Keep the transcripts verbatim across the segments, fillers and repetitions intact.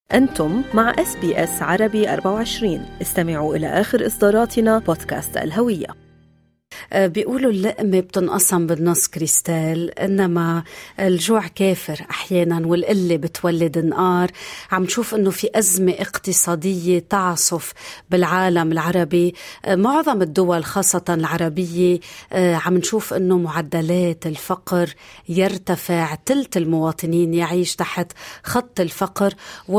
أنتم مع إس بي إس عربي أربعة وعشرين. استمعوا إلى آخر إصداراتنا بودكاست الهوية. بيقولوا اللقمة بتنقسم بالنص كريستال، إنما الجوع كافر أحيانا والقلة بتولد نقار. عم نشوف إنه في أزمة اقتصادية تعصف بالعالم العربي، معظم الدول خاصة العربية عم نشوف إنه معدلات الفقر يرتفع، تلت المواطنين يعيش تحت خط الفقر،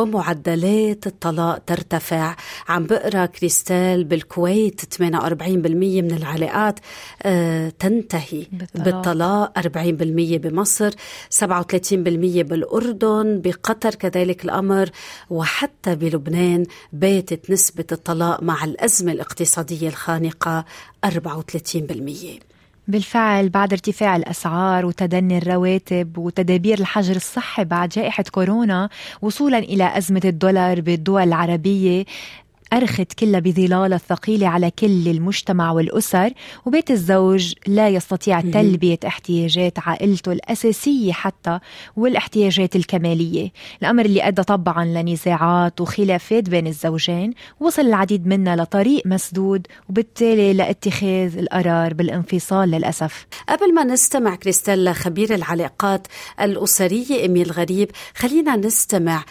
ومعدلات الطلاق ترتفع. عم بقرأ كريستال بالكويت ثمانية وأربعين بالمية من العلاقات آه تنتهي بالطلاق. بالطلاق أربعين بالمية بمصر، سبعة وثلاثين بالمية بالأردن، بقطر كذلك الأمر، وحتى بلبنان باتت نسبة الطلاق مع الأزمة الاقتصادية الخانقة أربعة وثلاثين بالمية. بالفعل بعد ارتفاع الأسعار وتدني الرواتب وتدابير الحجر الصحي بعد جائحة كورونا، وصولا إلى أزمة الدولار بالدول العربية، أرخت كلها بظلال الثقيلة على كل المجتمع والأسر، وبيت الزوج لا يستطيع تلبية احتياجات عائلته الأساسية حتى والاحتياجات الكمالية، الأمر اللي أدى طبعا لنزاعات وخلافات بين الزوجين، وصل العديد منها لطريق مسدود وبالتالي لاتخاذ القرار بالانفصال للأسف. قبل ما نستمع كريستال لخبير العلاقات الأسرية إميل غريب، خلينا نستمع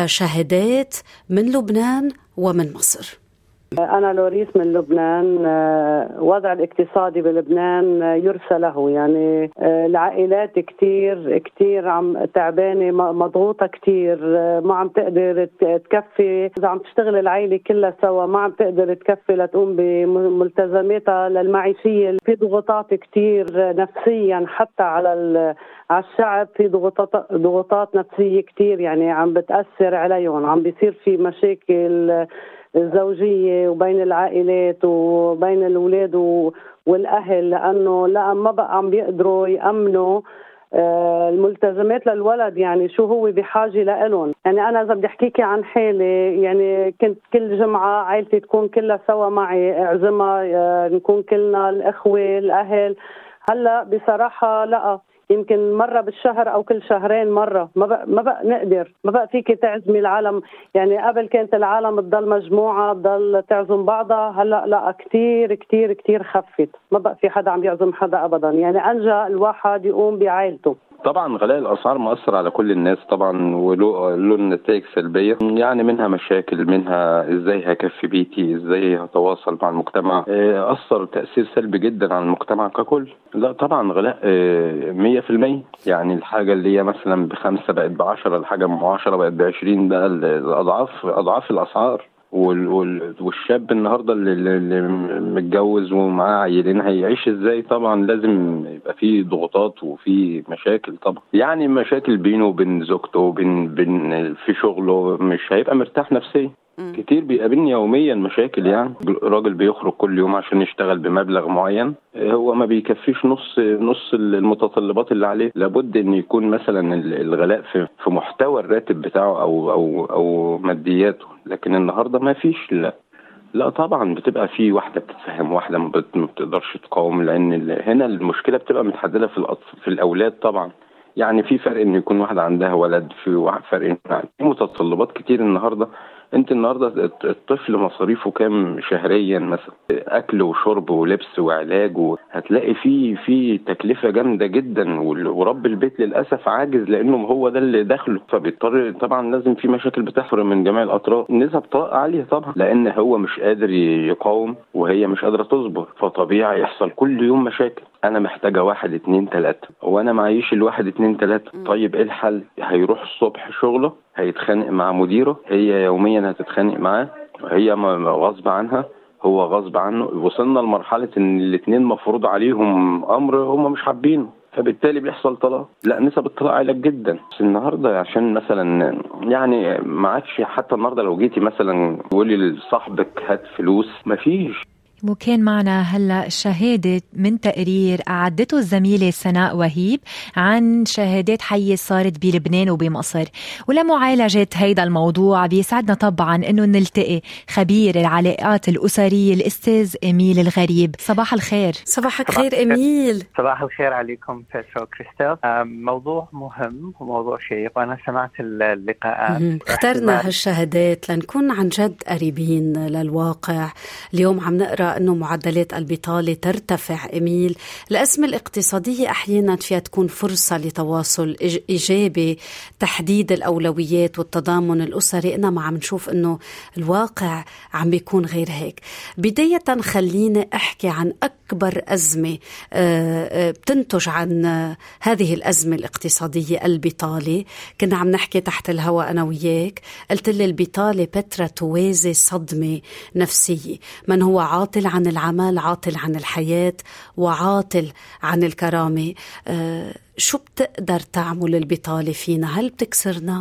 لشهادات من لبنان ومن مصر. أنا لوريس من لبنان. وضع الاقتصادي بلبنان يرثى له، يعني العائلات كتير كتير عم تعبانة، مضغوطة كتير، ما عم تقدر تكفي. إذا عم تشتغل العائلة كلها سوا ما عم تقدر تكفي لتقوم بملتزماتها المعيشية. في ضغوطات كتير نفسيا حتى على على الشعب، في ضغوطات ضغوطات نفسية كتير يعني عم بتأثر عليهم. عم بيصير في مشاكل الزوجية وبين العائلات وبين الأولاد والأهل، لأنه لا ما بقى عم بيقدروا يأمنوا الملتزمات للولد. يعني شو هو بحاجة لإلهم. يعني أنا إذا بدي أحكيكي عن حالي، يعني كنت كل جمعة عائلتي تكون كلها سوا معي، أعزمها، نكون كلنا الأخوة الأهل. هلأ بصراحة لا، يمكن مرة بالشهر أو كل شهرين مرة. ما بقى ما بقى نقدر، ما بقى فيك تعزمي العالم. يعني قبل كانت العالم تضل مجموعة، تضل تعزم بعضها. هلأ لا، كتير كتير كتير خفت، ما بقى في حدا عم يعزم حدا أبدا. يعني أنجى الواحد يقوم بعائلته. طبعا غلاء الأسعار مؤثر على كل الناس طبعا، وله له نتائج سلبية، يعني منها مشاكل، منها ازاي هكفي بيتي، ازاي هتواصل مع المجتمع. أثر تأثير سلبي جدا على المجتمع ككل. لا طبعا غلاء مية في المية. يعني الحاجة اللي هي مثلا بخمسة بقت بعشرة، الحاجة بعشرة بقت بعشرين، ده الأضعاف أضعاف الأسعار. والشاب النهارده اللي متجوز ومعاه عيلين هيعيش ازاي؟ طبعا لازم يبقى فيه ضغوطات وفي مشاكل طبعا، يعني مشاكل بينه وبين زوجته وبين بين في شغله، مش هيبقى مرتاح نفسيا. كتير بيقابلني يوميا مشاكل. يعني الراجل بيخرج كل يوم عشان يشتغل بمبلغ معين، هو ما بيكفيش نص نص المتطلبات اللي عليه. لابد ان يكون مثلا الغلاء في في محتوى الراتب بتاعه او او او مادياته، لكن النهارده ما فيش. لا لا طبعا بتبقى في واحده بتتفهم، واحده ما بتقدرش تقاوم، لان هنا المشكله بتبقى متحدده في الأطفال في الاولاد طبعا. يعني في فرق ان يكون واحده عندها ولد، في فرق ان في متطلبات كتير. النهارده انت النهارده الطفل مصاريفه كام شهريا مثلا؟ اكل وشرب ولبس وعلاج، وهتلاقي في في تكلفه جامده جدا، ورب البيت للاسف عاجز لانه هو ده اللي دخله، فبيضطر طبعا لازم في مشاكل بتحصل من جميع الاطراف. نسب طلاق عاليه طبعا لان هو مش قادر يقاوم وهي مش قادره تصبر، فطبيعي يحصل كل يوم مشاكل. انا محتاجه واحد اتنين تلاته، وانا معيش الواحد اتنين تلاته. طيب ايه الحل؟ هيروح الصبح شغله، هيتخانق مع مديره، هي يوميا هتتخانق معاه، هي غصب عنها، هو غصب عنه. وصلنا لمرحله ان الاثنين مفروض عليهم امر هم مش حابينه، فبالتالي بيحصل طلاق. لا نسب الطلاق عاليه جدا. بس النهارده عشان مثلا يعني ما عادش، حتى النهارده لو جيتي مثلا تقولي لصاحبك هات فلوس، مفيش. وكان معنا هلأ شهادة من تقرير أعدته الزميلة سناء وهيب عن شهادات حية صارت بلبنان وبمصر. ولمعالجة هيدا الموضوع بيسعدنا طبعا أنه نلتقي خبير العلاقات الأسرية الأستاذ إميل الغريب. صباح الخير. صباح الخير إميل. صباح الخير عليكم بيترو كريستال. موضوع مهم وموضوع شيق، وأنا سمعت اللقاءات. اخترنا هالشهادات لنكون عن جد قريبين للواقع. اليوم عم نقرأ أنه معدلات البطالة ترتفع إميل. الأزمة الاقتصادية أحيانا فيها تكون فرصة لتواصل إيجابي، تحديد الأولويات والتضامن الأسري، إنما عم نشوف أنه الواقع عم بيكون غير هيك. بداية خليني أحكي عن أكبر أزمة بتنتج عن هذه الأزمة الاقتصادية، البطالة. كنا عم نحكي تحت الهواء أنا وياك، قلت لي البطالة بترا توازي صدمة نفسية. من هو عاطل عن العمل، عاطل عن الحياة، وعاطل عن الكرامة. أه شو بتقدر تعمل البطالة فينا؟ هل بتكسرنا؟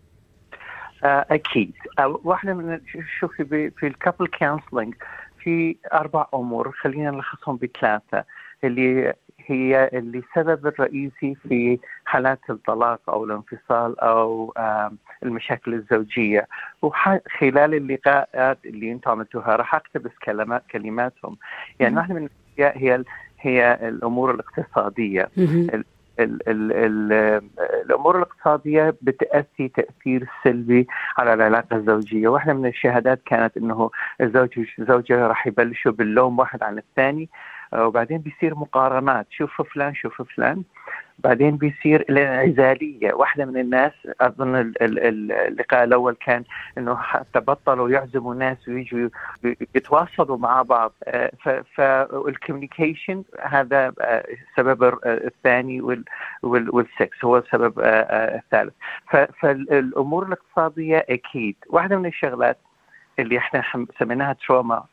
أكيد. واحدة من شوفي في الكابل كونسلينج في أربع أمور، خلينا نلخصهم بثلاثة، اللي هي اللي السبب الرئيسي في حالات الطلاق أو الانفصال أو المشاكل الزوجية. وخلال اللقاءات اللي انتم عملتوها راح أقتبس كلمات كلماتهم. يعني واحدة من هي هي الأمور الاقتصادية. ال ال ال ال الأمور الاقتصادية بتأثي تأثير سلبي على العلاقة الزوجية. واحدة من الشهادات كانت إنه الزوج والزوجة راح يبلشوا باللوم واحد عن الثاني، وبعدين بيصير مقارنات، شوف فلان شوف فلان، بعدين بيصير الانعزالية. واحدة من الناس أظن اللقاء الأول كان إنه حتى بطلوا يعزموا ناس ويجوا يتواصلوا مع بعض. فالكوميونيكيشن هذا السبب الثاني، والسكس هو السبب الثالث. فالأمور الاقتصادية أكيد واحدة من الشغلات اللي احنا سميناها تروما،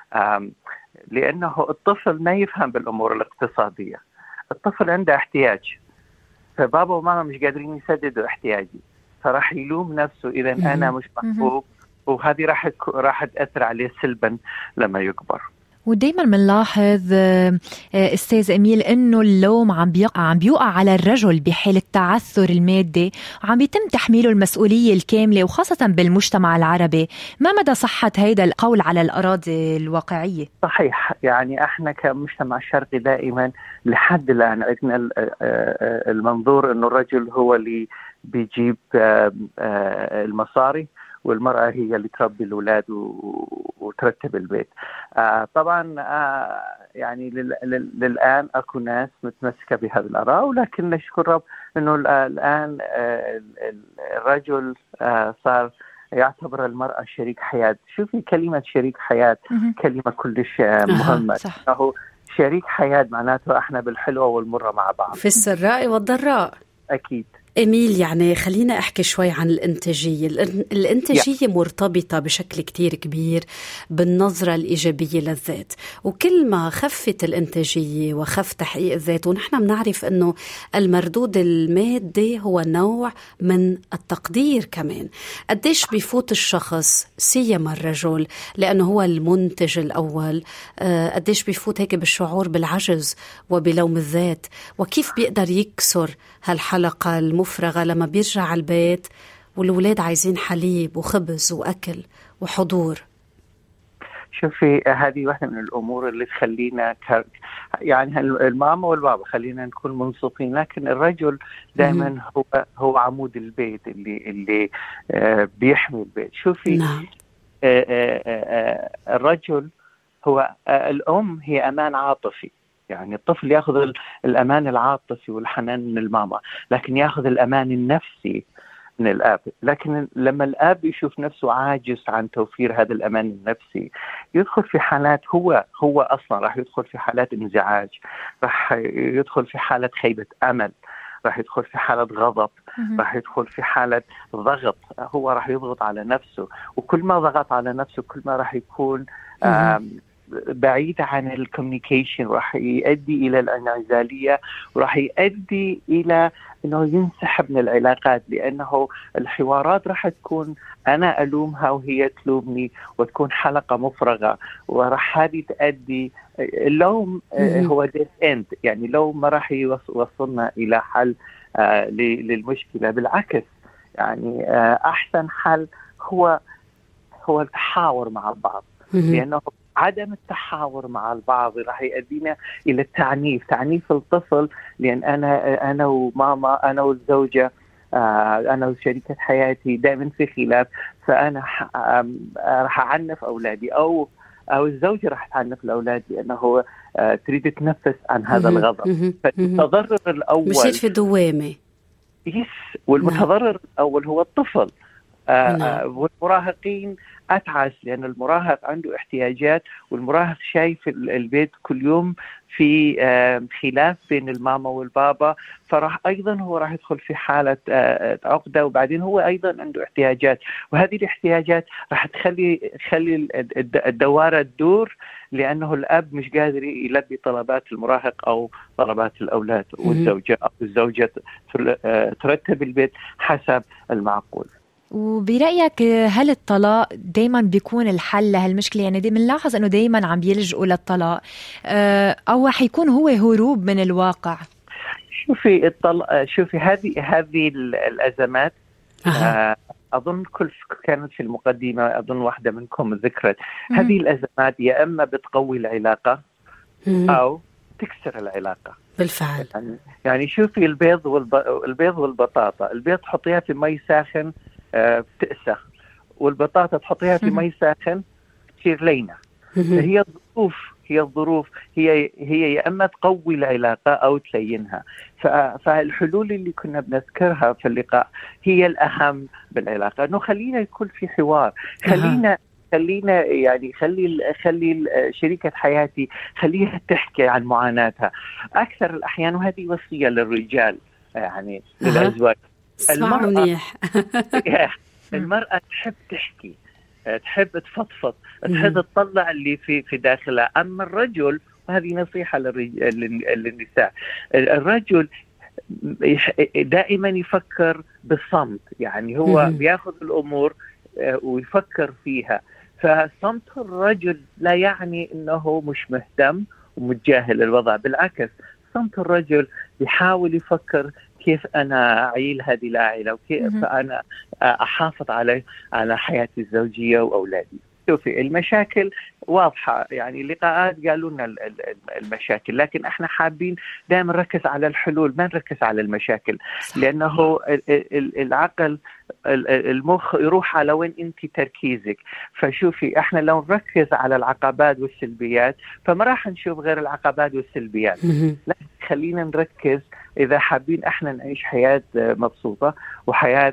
لأنه الطفل ما يفهم بالأمور الاقتصادية. الطفل عنده احتياج، فبابا وماما مش قادرين يسددوا احتياجي، فراح يلوم نفسه إذا أنا مش محبوب، وهذه راح راح تأثر عليه سلبا لما يكبر. ودايما منلاحظ استاذ إميل انه اللوم عم بيقع عم بيوقع على الرجل بحال التعثر المادي، وعم بيتم تحميله المسؤولية الكاملة، وخاصة بالمجتمع العربي. ما مدى صحة هيدا القول على الأراضي الواقعية؟ صحيح. يعني احنا كمجتمع شرقي دائما لحد الآن عندنا المنظور انه الرجل هو اللي بيجيب المصاري، والمرأة هي اللي تربي الأولاد وترتب البيت. آه طبعا آه يعني للآن أكو ناس متمسكة بهذه الآراء، ولكن نشكر رب أنه الآن آه الرجل آه صار يعتبر المرأة شريك حياة. شوفي كلمة شريك حياة كلمة كلش مهمة. أنه شريك حياة معناته احنا بالحلوة والمرة مع بعض، في السراء والضراء. أكيد. إميل، يعني خلينا أحكي شوي عن الإنتاجية. الإنتاجية مرتبطة بشكل كتير كبير بالنظرة الإيجابية للذات، وكل ما خفت الإنتاجية وخف تحقيق الذات، ونحن بنعرف أنه المردود المادي هو نوع من التقدير كمان. قديش بيفوت الشخص سيما الرجل لأنه هو المنتج الأول، قديش بيفوت هيك بالشعور بالعجز وبلوم الذات، وكيف بيقدر يكسر هالحلقة المفرغة لما بيرجع على البيت والولاد عايزين حليب وخبز وأكل وحضور. شوفي هذه واحدة من الأمور اللي تخلينا ك... يعني الماما والبابا خلينا نكون منصفين، لكن الرجل دائما هو هو عمود البيت اللي اللي آه بيحمي البيت. شوفي نعم. آه آه آه الرجل هو آه الأم هي أمان عاطفي. يعني الطفل يأخذ الأمان العاطفي والحنان من الماما، لكن يأخذ الأمان النفسي من الأب. لكن لما الأب يشوف نفسه عاجز عن توفير هذا الأمان النفسي، يدخل في حالات هو هو أصلا راح يدخل في حالات انزعاج، راح يدخل في حالة خيبة أمل، راح يدخل في حالة غضب، راح يدخل في حالة ضغط. هو راح يضغط على نفسه، وكل ما ضغط على نفسه كل ما راح يكون بعيد عن الكوميونيكيشن، راح يؤدي إلى الانعزالية، وراح يؤدي إلى أنه ينسحب من العلاقات، لأنه الحوارات راح تكون أنا ألومها وهي تلومني، وتكون حلقة مفرغة، وراح هذه تؤدي اللوم هو ديد اند، يعني لو ما راح يوصلنا إلى حل آه للمشكلة. بالعكس يعني آه أحسن حل هو هو التحاور مع البعض، لأنه عدم التحاور مع البعض راح يؤدينا إلى التعنيف، تعنيف الطفل، لأن أنا أنا وماما أنا والزوجة أنا وشريكة حياتي دائما في خلاف، فأنا راح أعنف أولادي، أو أو الزوجة راح تعنف الأولاد لأنه تريد تنفس عن هذا الغضب. فالمتضرر الأول مشيت في دوامة. يس، والمتضرر الأول هو الطفل. آه والمراهقين أتعس، لأن المراهق عنده احتياجات، والمراهق شايف البيت كل يوم في آه خلاف بين الماما والبابا، فراح أيضا هو راح يدخل في حالة آه عقدة، وبعدين هو أيضا عنده احتياجات، وهذه الاحتياجات راح تخلي تخلي الدوارة تدور، لأنه الأب مش قادر يلبي طلبات المراهق أو طلبات الأولاد، والزوجة أو الزوجة ترتب البيت حسب المعقول. وبرأيك هل الطلاق دايما بيكون الحل لهالمشكلة؟ يعني دي بنلاحظ انه دايما عم بيلجئوا للطلاق، او حيكون هو هروب من الواقع؟ شوفي الطلاق، شوفي هذه هذه الأزمات أه. أظن كل كانت في المقدمة، أظن واحدة منكم ذكرت هذه الأزمات يا إما بتقوي العلاقة أو تكسر العلاقة. بالفعل. يعني, يعني شوفي البيض والب... البيض والبطاطا، البيض تحطيها في مي ساخن بتأسى، والبطاطا تحطيها في مي ساخن تصير لينة. هي الظروف هي الظروف هي هي يا اما تقوي العلاقه او تلينها. فالحلول اللي كنا بنذكرها في اللقاء هي الاهم بالعلاقه، انه خلينا يكون في حوار، خلينا خلينا يعني خلي خلي شريكة حياتي خليها تحكي عن معاناتها أكثر الأحيان، وهذه وصية للرجال يعني للأزواج. المرأة المرأة تحب تحكي، تحب تفضفض، تحب تطلع اللي في في داخلها. أما الرجل، وهذه نصيحة للنساء، الرجل دائما يفكر بالصمت، يعني هو بياخذ الأمور ويفكر فيها. فصمت الرجل لا يعني أنه مش مهتم ومتجاهل الوضع، بالعكس صمت الرجل يحاول يفكر كيف أنا أعيل هذه العائلة، وكيف أنا أحافظ على على حياتي الزوجية وأولادي. شوفي المشاكل واضحة، يعني اللقاءات قالوا لنا المشاكل، لكن احنا حابين دائما نركز على الحلول، ما نركز على المشاكل. صح. لأنه العقل المخ يروح على وين انت تركيزك. فشوفي احنا لو نركز على العقبات والسلبيات فما راح نشوف غير العقبات والسلبيات. لكن خلينا نركز إذا حابين احنا نعيش حياة مبسوطة وحياة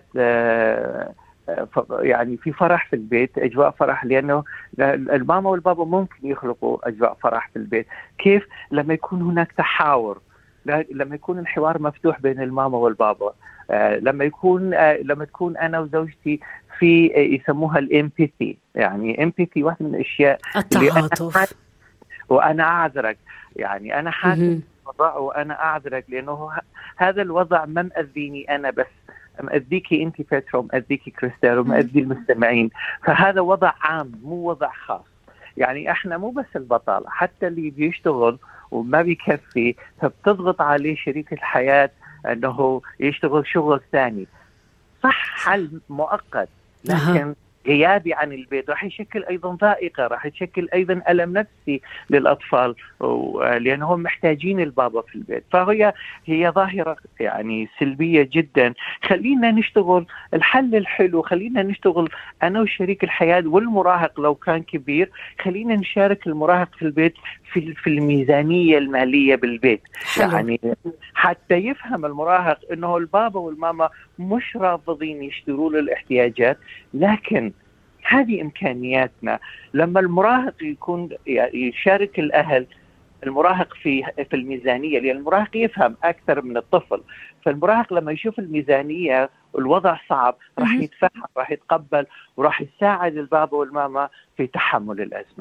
يعني في فرح في البيت، أجواء فرح، لأنه الماما والبابا ممكن يخلقوا أجواء فرح في البيت. كيف؟ لما يكون هناك تحاور، لما يكون الحوار مفتوح بين الماما والبابا، لما يكون لما تكون أنا وزوجتي في يسموها الامباثي، يعني امباثي واحدة من الأشياء التعاطف، وأنا أعذرك، يعني أنا حاسس بالوضع وأنا أعذرك، لأنه هذا الوضع ما مأذيني أنا بس، مأذيكي أنت فترة، ومأذيكي كريستال، ومأذي المستمعين. فهذا وضع عام مو وضع خاص. يعني احنا مو بس البطالة، حتى اللي بيشتغل وما بيكفي فبتضغط عليه شريك الحياة أنه يشتغل شغل ثاني. صح حل مؤقت، لكن غيابي عن البيت راح يشكل أيضا ضائقة، راح يشكل أيضا ألم نفسي للأطفال، لأنهم محتاجين البابا في البيت. فهي هي ظاهرة يعني سلبية جدا. خلينا نشتغل الحل الحلو، خلينا نشتغل أنا وشريك الحياة والمراهق لو كان كبير، خلينا نشارك المراهق في البيت في في الميزانية المالية بالبيت. حلو. يعني حتى يفهم المراهق إنه البابا والماما مش رافضين يشتروا له الاحتياجات، لكن هذه إمكانياتنا. لما المراهق يكون يشارك الأهل المراهق في في الميزانية، لأن المراهق يفهم أكثر من الطفل، فالمراهق لما يشوف الميزانية والوضع صعب راح يتفهم، راح يتقبل، وراح يساعد البابا والماما في تحمل الأزمة.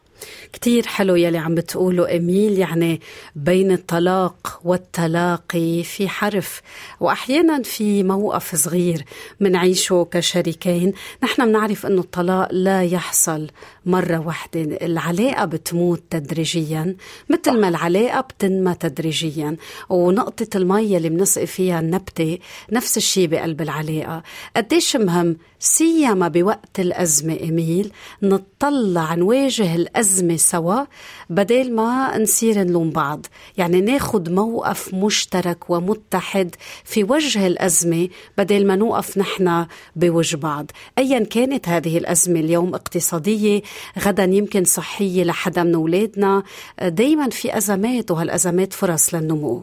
كتير حلو يلي عم بتقوله إميل. يعني بين الطلاق والتلاقي في حرف، وأحيانا في موقف صغير منعيشه كشريكين. نحن بنعرف أنه الطلاق لا يحصل مرة واحدة، العلاقة بتموت تدريجيا مثل ما العلاقة بتنمى تدريجيا، ونقطة المية اللي بنسقي فيها النبتة نفس الشيء بقلب العلاقة. قديش مهم سيما بوقت الأزمة إميل نطلع نواجه الأزمة سوا بدل ما نصير نلوم بعض، يعني ناخد موقف مشترك ومتحد في وجه الأزمة بدل ما نوقف نحن بوجه بعض. أيا كانت هذه الأزمة، اليوم اقتصادية، غدا يمكن صحية لحدا من أولادنا، دايما في أزمات، وهالأزمات فرص للنمو.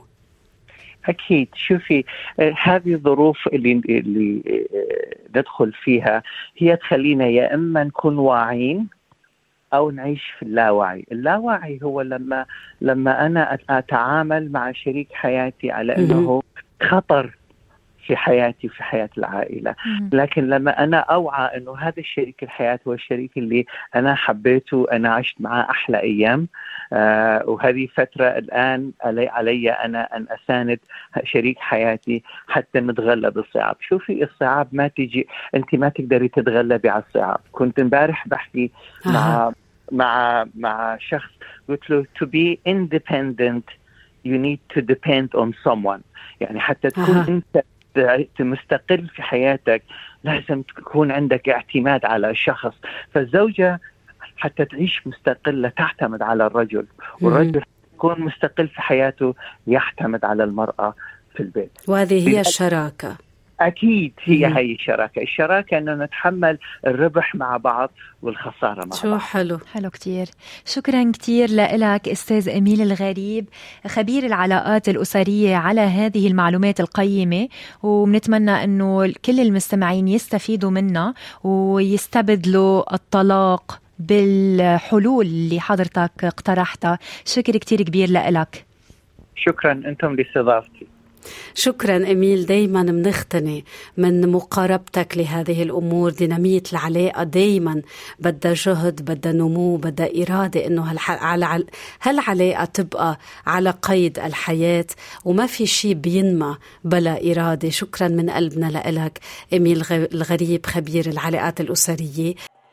أكيد. شوفي، هذه الظروف اللي, اللي ندخل فيها هي تخلينا يا إما نكون واعين أو نعيش في اللاوعي. اللاوعي هو لما لما أنا أتعامل مع شريك حياتي على أنه خطر في حياتي في حياة العائلة، لكن لما أنا أوعى أنه هذا الشريك الحياة هو الشريك اللي أنا حبيته، أنا عشت معه أحلى أيام، آه وهذه فترة الآن علي, علي أنا أن أساند شريك حياتي حتى نتغلب بالصعاب. شوفي، الصعاب ما تيجي، أنت ما تقدري تتغلبي على الصعاب. كنت امبارح بحكي آه. مع مع مع شخص قلت له to be independent you need to depend on someone. يعني حتى تكون آه. أنت مستقل في حياتك لازم تكون عندك اعتماد على شخص. فالزوجة حتى تعيش مستقلة تعتمد على الرجل، والرجل يكون مستقل في حياته يعتمد على المرأة في البيت. وهذه هي الشراكة. أكيد هي هي الشراكة. الشراكة أنه نتحمل الربح مع بعض والخسارة مع شو بعض. حلو حلو كتير. شكرا كتير لك أستاذ إميل الغريب، خبير العلاقات الأسرية، على هذه المعلومات القيمة، وبنتمنى أنه كل المستمعين يستفيدوا منها ويستبدلوا الطلاق بالحلول اللي حضرتك اقترحتها. شكر كتير كبير لك. شكرا أنتم لاستضافتي. شكرا إميل. دايما منختني من مقاربتك لهذه الأمور. دينامية العلاقة دايما بدها جهد، بدها نمو، بدها إرادة إنه هالعلاقة تبقى على قيد الحياة، وما في شيء بينمى بلا إرادة. شكرا من قلبنا لك إميل الغريب، خبير العلاقات الأسرية.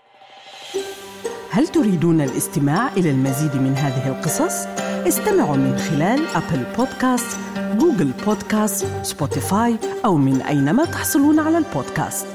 هل تريدون الاستماع إلى المزيد من هذه القصص؟ استمعوا من خلال أبل بودكاست، جوجل بودكاست، سبوتيفاي، أو من أينما تحصلون على البودكاست.